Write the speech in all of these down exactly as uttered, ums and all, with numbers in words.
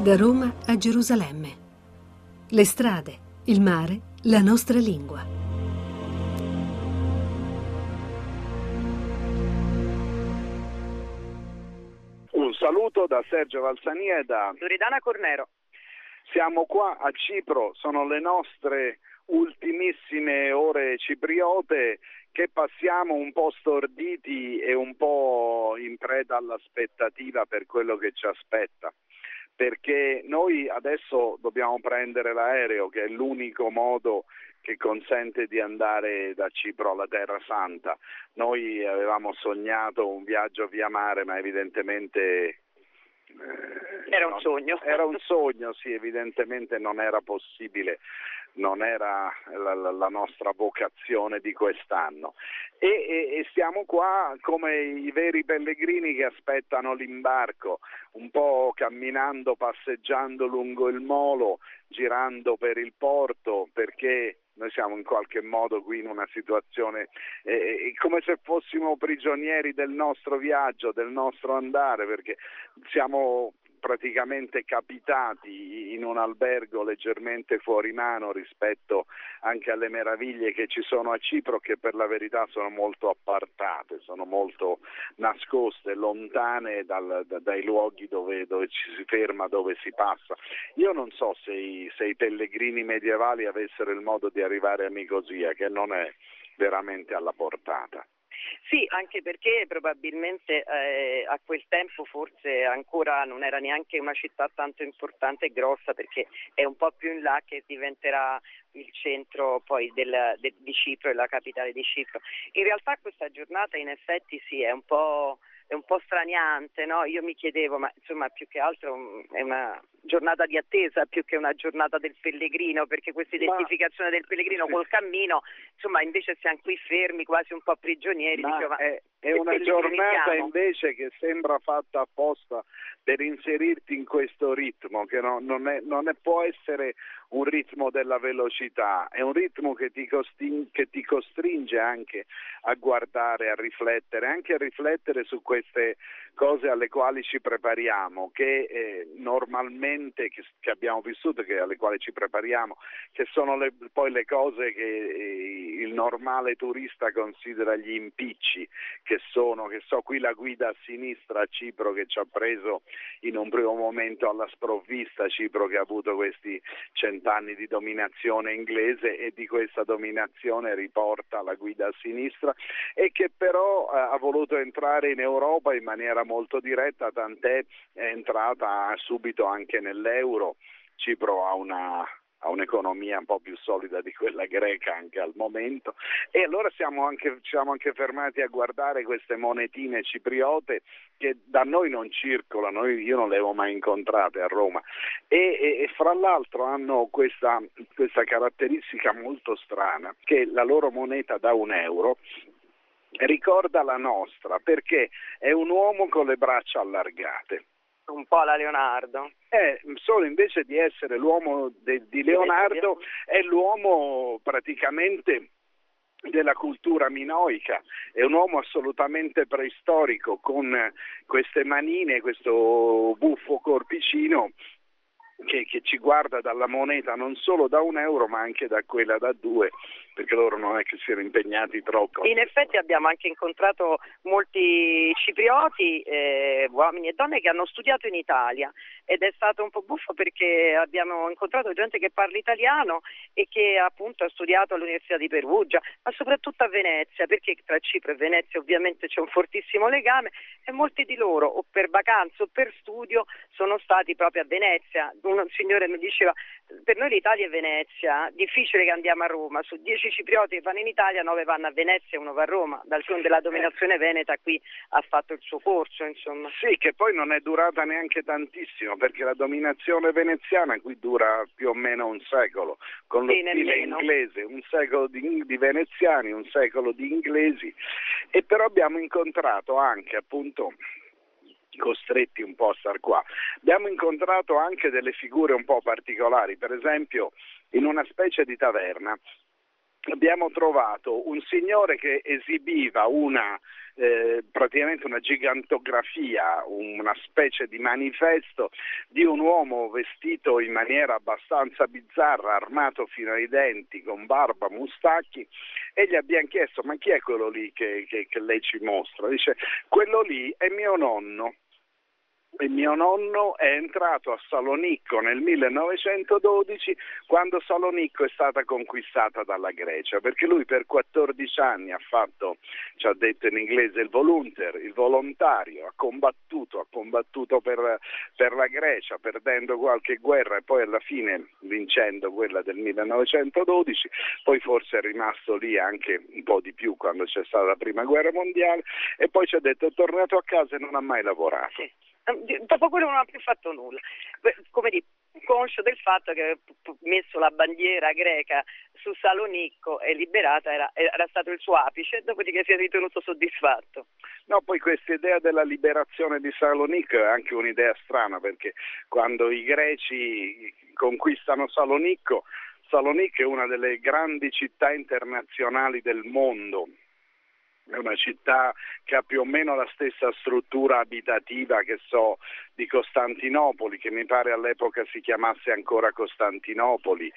Da Roma a Gerusalemme. Le strade, il mare, la nostra lingua. Un saluto da Sergio Valsania e da Loredana Cornero. Siamo qua a Cipro, sono le nostre ultimissime ore cipriote che passiamo un po' storditi e un po' in preda all'aspettativa per quello che ci aspetta. Perché noi adesso dobbiamo prendere l'aereo, che è l'unico modo che consente di andare da Cipro alla Terra Santa. Noi avevamo sognato un viaggio via mare, ma evidentemente eh, era un sogno. Era un sogno, sì, evidentemente non era possibile, non era la, la, la nostra vocazione di quest'anno. E, e, e siamo qua come i veri pellegrini che aspettano l'imbarco, un po' camminando, passeggiando lungo il molo, girando per il porto, perché noi siamo in qualche modo qui in una situazione eh, come se fossimo prigionieri del nostro viaggio, del nostro andare, perché siamo praticamente capitati in un albergo leggermente fuori mano rispetto anche alle meraviglie che ci sono a Cipro, che per la verità sono molto appartate, sono molto nascoste, lontane dal, da, dai luoghi dove, dove ci si ferma, dove si passa. Io non so se i, se i pellegrini medievali avessero il modo di arrivare a Nicosia, che non è veramente alla portata. Sì, anche perché probabilmente eh, a quel tempo forse ancora non era neanche una città tanto importante e grossa, perché è un po' più in là che diventerà il centro poi del, del, di Cipro e la capitale di Cipro. In realtà questa giornata in effetti sì, è un po'... è un po' straniante, no? Io mi chiedevo, ma insomma più che altro è una giornata di attesa più che una giornata del pellegrino, perché questa identificazione ma, del pellegrino sì. col cammino, insomma invece siamo qui fermi, quasi un po' prigionieri. Ma dicevo, è, è una giornata invece che sembra fatta apposta per inserirti in questo ritmo, che no, non, è, non è, può essere un ritmo della velocità, è un ritmo che ti, costring, che ti costringe anche a guardare, a riflettere, anche a riflettere su queste cose alle quali ci prepariamo, che eh, normalmente che, che abbiamo vissuto, che alle quali ci prepariamo, che sono le, poi le cose che eh, il normale turista considera gli impicci, che sono, che so, qui la guida a sinistra a Cipro che ci ha preso in un primo momento alla sprovvista, Cipro che ha avuto questi cent'anni di dominazione inglese e di questa dominazione riporta la guida a sinistra, e che però eh, ha voluto entrare in Europa in maniera molto diretta, tant'è è entrata subito anche nell'euro. Cipro ha una ha un'economia un po' più solida di quella greca anche al momento, e allora siamo anche, ci siamo anche fermati a guardare queste monetine cipriote che da noi non circolano, io non le avevo mai incontrate a Roma, e, e, e fra l'altro hanno questa, questa caratteristica molto strana, che la loro moneta da un euro ricorda la nostra, perché è un uomo con le braccia allargate. Un po' la Leonardo. Eh, solo invece di essere l'uomo de, di Leonardo è l'uomo praticamente della cultura minoica, è un uomo assolutamente preistorico, con queste manine, questo buffo corpicino che, che ci guarda dalla moneta non solo da un euro ma anche da quella da due, perché loro non è che siano impegnati troppo. In effetti abbiamo anche incontrato molti ciprioti, eh, uomini e donne che hanno studiato in Italia, ed è stato un po' buffo perché abbiamo incontrato gente che parla italiano e che appunto ha studiato all'Università di Perugia, ma soprattutto a Venezia, perché tra Cipro e Venezia ovviamente c'è un fortissimo legame, e molti di loro o per vacanza o per studio sono stati proprio a Venezia. Un signore mi diceva: per noi l'Italia è Venezia, difficile che andiamo a Roma, su dieci ciprioti che vanno in Italia nove vanno a Venezia e uno va a Roma. D'altronde la dominazione veneta qui ha fatto il suo corso, insomma. Sì, che poi non è durata neanche tantissimo, perché la dominazione veneziana qui dura più o meno un secolo, con lo sì, stile nemmeno. inglese, un secolo di, di veneziani, un secolo di inglesi, e però abbiamo incontrato anche appunto, costretti un po' a star qua, abbiamo incontrato anche delle figure un po' particolari. Per esempio in una specie di taverna abbiamo trovato un signore che esibiva una eh, praticamente una gigantografia, una specie di manifesto di un uomo vestito in maniera abbastanza bizzarra, armato fino ai denti, con barba, mustacchi, e gli abbiamo chiesto: ma chi è quello lì che, che, che lei ci mostra? Dice: quello lì è mio nonno. E mio nonno è entrato a Salonicco nel millenovecentododici, quando Salonicco è stata conquistata dalla Grecia, perché lui per quattordici anni ha fatto, ci ha detto in inglese, il volunteer, il volontario, ha combattuto, ha combattuto per, per la Grecia, perdendo qualche guerra e poi alla fine vincendo quella del millenovecentododici, poi forse è rimasto lì anche un po' di più quando c'è stata la prima guerra mondiale, e poi ci ha detto: è tornato a casa e non ha mai lavorato. Sì. Dopo quello non ha più fatto nulla, come dire, conscio del fatto che aveva messo la bandiera greca su Salonicco e liberata era, era stato il suo apice, dopodiché si è ritenuto soddisfatto. No, poi questa idea della liberazione di Salonicco è anche un'idea strana, perché quando i greci conquistano Salonicco, Salonicco è una delle grandi città internazionali del mondo. È una città che ha più o meno la stessa struttura abitativa, che so, di Costantinopoli, che mi pare all'epoca si chiamasse ancora Costantinopoli,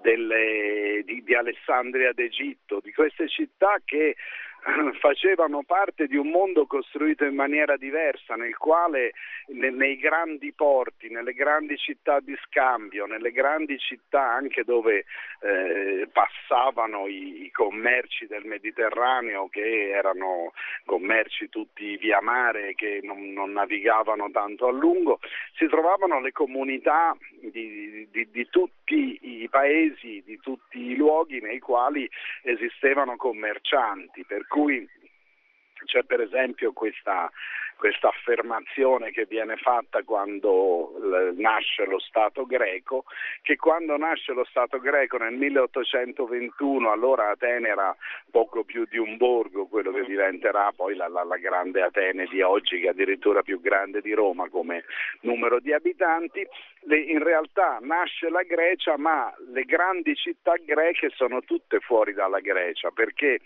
delle, di, di Alessandria d'Egitto, di queste città che facevano parte di un mondo costruito in maniera diversa, nel quale ne, nei grandi porti, nelle grandi città di scambio, nelle grandi città anche dove eh, passavano i, i commerci del Mediterraneo, che erano commerci tutti via mare, che non, non navigavano tanto a lungo, si trovavano le comunità di, di, di tutti i paesi, di tutti i luoghi nei quali esistevano commercianti, per cui c'è per esempio questa, questa affermazione che viene fatta quando l- nasce lo Stato greco, che quando nasce lo Stato greco nel milleottocentoventuno, allora Atene era poco più di un borgo, quello che diventerà poi la, la, la grande Atene di oggi, che è addirittura più grande di Roma come numero di abitanti. Le, in realtà nasce la Grecia, ma le grandi città greche sono tutte fuori dalla Grecia, perché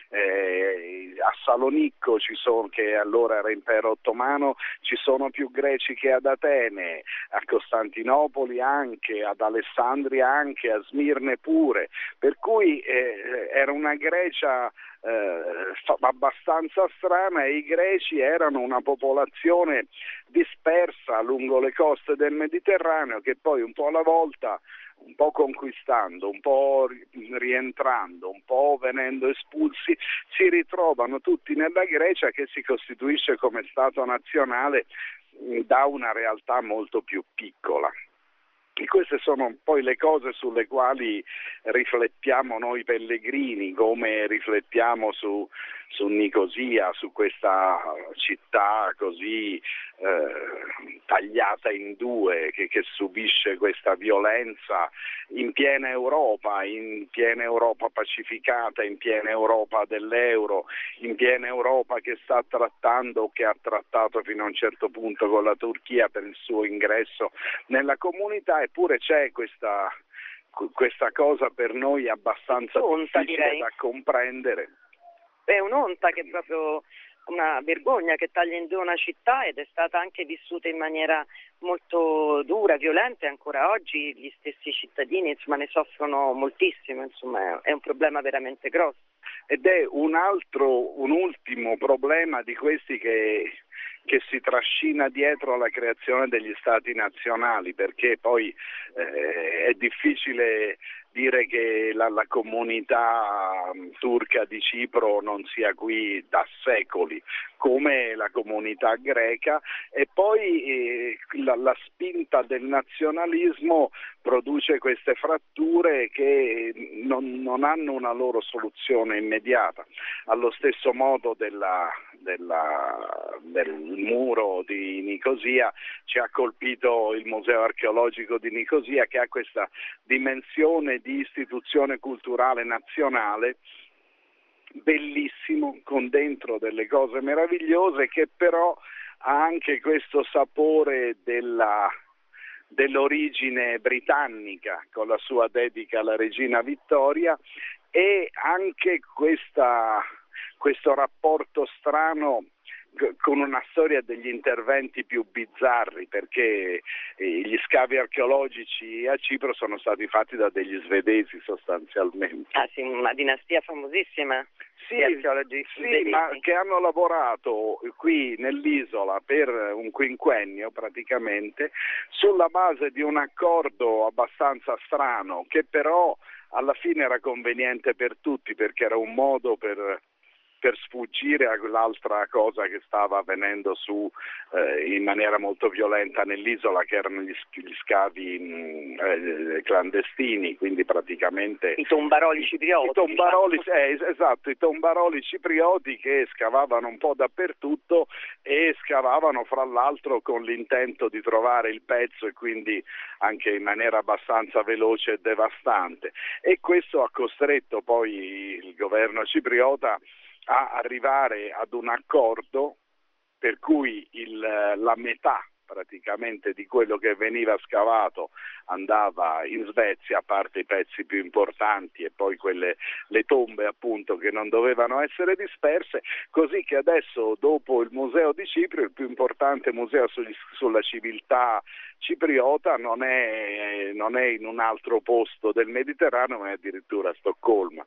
Eh, a Salonicco, ci sono, che allora era impero ottomano, ci sono più greci che ad Atene, a Costantinopoli anche, ad Alessandria anche, a Smirne pure, per cui eh, era una Grecia eh, abbastanza strana, e i greci erano una popolazione dispersa lungo le coste del Mediterraneo, che poi un po' alla volta, un po' conquistando, un po' rientrando, un po' venendo espulsi, si ritrovano tutti nella Grecia, che si costituisce come Stato nazionale da una realtà molto più piccola. E queste sono poi le cose sulle quali riflettiamo noi pellegrini, come riflettiamo su, su Nicosia, su questa città così eh, tagliata in due, che, che subisce questa violenza in piena Europa, in piena Europa pacificata, in piena Europa dell'euro, in piena Europa che sta trattando, che ha trattato fino a un certo punto con la Turchia per il suo ingresso nella comunità. Eppure c'è questa, questa cosa per noi abbastanza onta, difficile direi. da comprendere. È un'onta che è proprio una vergogna, che taglia in due una città, ed è stata anche vissuta in maniera molto dura, violenta, e ancora oggi gli stessi cittadini insomma ne soffrono moltissimo, insomma è un problema veramente grosso. Ed è un altro, un ultimo problema di questi che che si trascina dietro alla creazione degli stati nazionali, perché poi eh, è difficile dire che la, la comunità turca di Cipro non sia qui da secoli, come la comunità greca, e poi eh, la, la spinta del nazionalismo produce queste fratture che non, non hanno una loro soluzione immediata. Allo stesso modo della, della, del muro di Nicosia ci ha colpito il Museo archeologico di Nicosia, che ha questa dimensione di istituzione culturale nazionale, bellissimo, con dentro delle cose meravigliose, che però ha anche questo sapore della, dell'origine britannica, con la sua dedica alla regina Vittoria, e anche questa, questo rapporto strano con una storia degli interventi più bizzarri, perché gli scavi archeologici a Cipro sono stati fatti da degli svedesi sostanzialmente. Ah sì, una dinastia famosissima sì, di archeologi sì, svedesi. ma che hanno lavorato qui nell'isola per un quinquennio praticamente sulla base di un accordo abbastanza strano che però alla fine era conveniente per tutti, perché era un modo per per sfuggire a quell'altra cosa che stava avvenendo su eh, in maniera molto violenta nell'isola, che erano gli, gli scavi mh, eh, clandestini, quindi praticamente i tombaroli ciprioti. I tombaroli, diciamo. eh, esatto, i tombaroli ciprioti che scavavano un po' dappertutto e scavavano fra l'altro con l'intento di trovare il pezzo e quindi anche in maniera abbastanza veloce e devastante. E questo ha costretto poi il governo cipriota a arrivare ad un accordo per cui il, la metà praticamente di quello che veniva scavato andava in Svezia, a parte i pezzi più importanti e poi quelle le tombe appunto che non dovevano essere disperse, così che adesso dopo il Museo di Cipro, il più importante museo sugli, sulla civiltà cipriota, non è, non è in un altro posto del Mediterraneo, ma è addirittura a Stoccolma.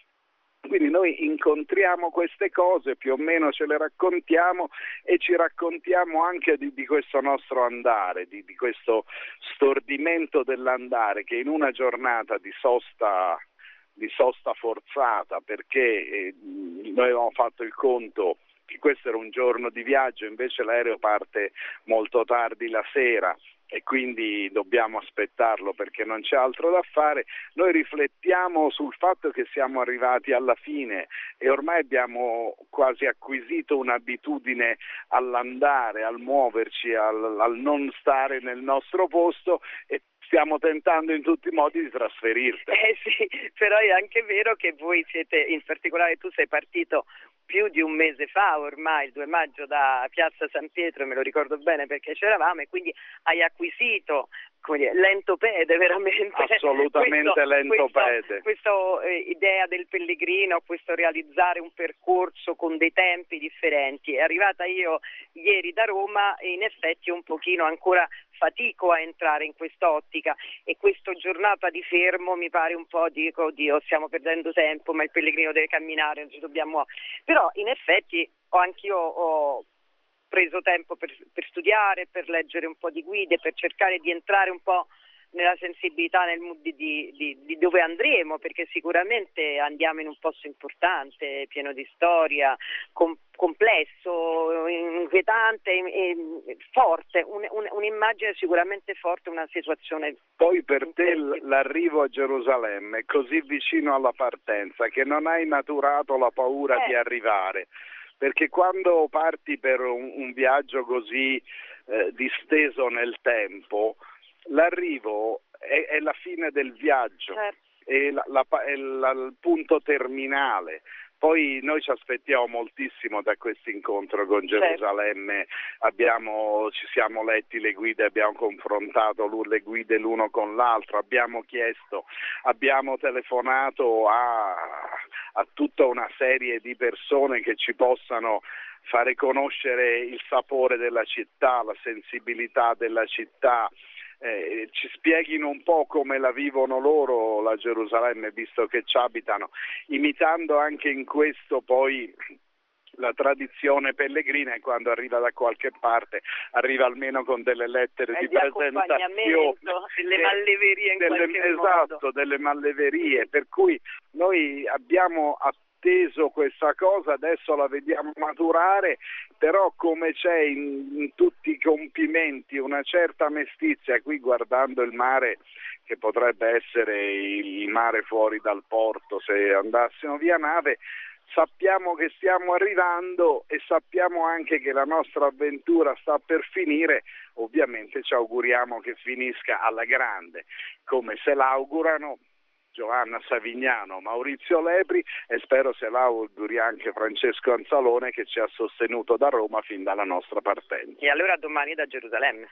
Quindi noi incontriamo queste cose, più o meno ce le raccontiamo e ci raccontiamo anche di, di questo nostro andare, di, di questo stordimento dell'andare che in una giornata di sosta, di sosta forzata, perché eh, noi avevamo fatto il conto che questo era un giorno di viaggio, invece l'aereo parte molto tardi la sera e quindi dobbiamo aspettarlo perché non c'è altro da fare. Noi riflettiamo sul fatto che siamo arrivati alla fine e ormai abbiamo quasi acquisito un'abitudine all'andare, al muoverci, al, al non stare nel nostro posto e stiamo tentando in tutti i modi di trasferirti. Eh sì, però è anche vero che voi siete, in particolare tu sei partito più di un mese fa ormai, il due maggio, da Piazza San Pietro, me lo ricordo bene perché c'eravamo, e quindi hai acquisito, come dire, lentopede veramente. Assolutamente questo, lentopede. Questa eh, idea del pellegrino, questo realizzare un percorso con dei tempi differenti. È arrivata io ieri da Roma e in effetti un pochino ancora fatico a entrare in quest'ottica, e questa giornata di fermo mi pare un po', dico, oddio, stiamo perdendo tempo, ma il pellegrino deve camminare, non ci dobbiamo. Però in effetti ho anch'io ho preso tempo per, per studiare, per leggere un po' di guide, per cercare di entrare un po' nella sensibilità, nel mood di, di, di dove andremo, perché sicuramente andiamo in un posto importante, pieno di storia, com, complesso, inquietante, e, forte, un, un, un'immagine sicuramente forte, una situazione. Poi per te l'arrivo a Gerusalemme è così vicino alla partenza che non hai maturato la paura eh. di arrivare, perché quando parti per un, un viaggio così eh, disteso nel tempo, l'arrivo è, è la fine del viaggio, certo. è, la, la, è la, il punto terminale. Poi noi ci aspettiamo moltissimo da questo incontro con Gerusalemme, certo. abbiamo, ci siamo letti le guide, abbiamo confrontato le guide l'uno con l'altro, abbiamo chiesto, abbiamo telefonato a, a tutta una serie di persone che ci possano fare conoscere il sapore della città, la sensibilità della città. Eh, ci spieghino un po' come la vivono loro la Gerusalemme, visto che ci abitano, imitando anche in questo poi la tradizione pellegrina, e quando arriva da qualche parte arriva almeno con delle lettere di, di presentazione, delle malleverie in delle, qualche esatto, modo. delle malleverie, per cui noi abbiamo atteso questa cosa, adesso la vediamo maturare, però come c'è in, in tutti i compimenti una certa mestizia, qui guardando il mare che potrebbe essere il mare fuori dal porto se andassimo via nave, sappiamo che stiamo arrivando e sappiamo anche che la nostra avventura sta per finire. Ovviamente ci auguriamo che finisca alla grande, come se l'augurano Giovanna Savignano, Maurizio Lepri, e spero se l'auguri anche Francesco Anzalone, che ci ha sostenuto da Roma fin dalla nostra partenza. E allora domani da Gerusalemme.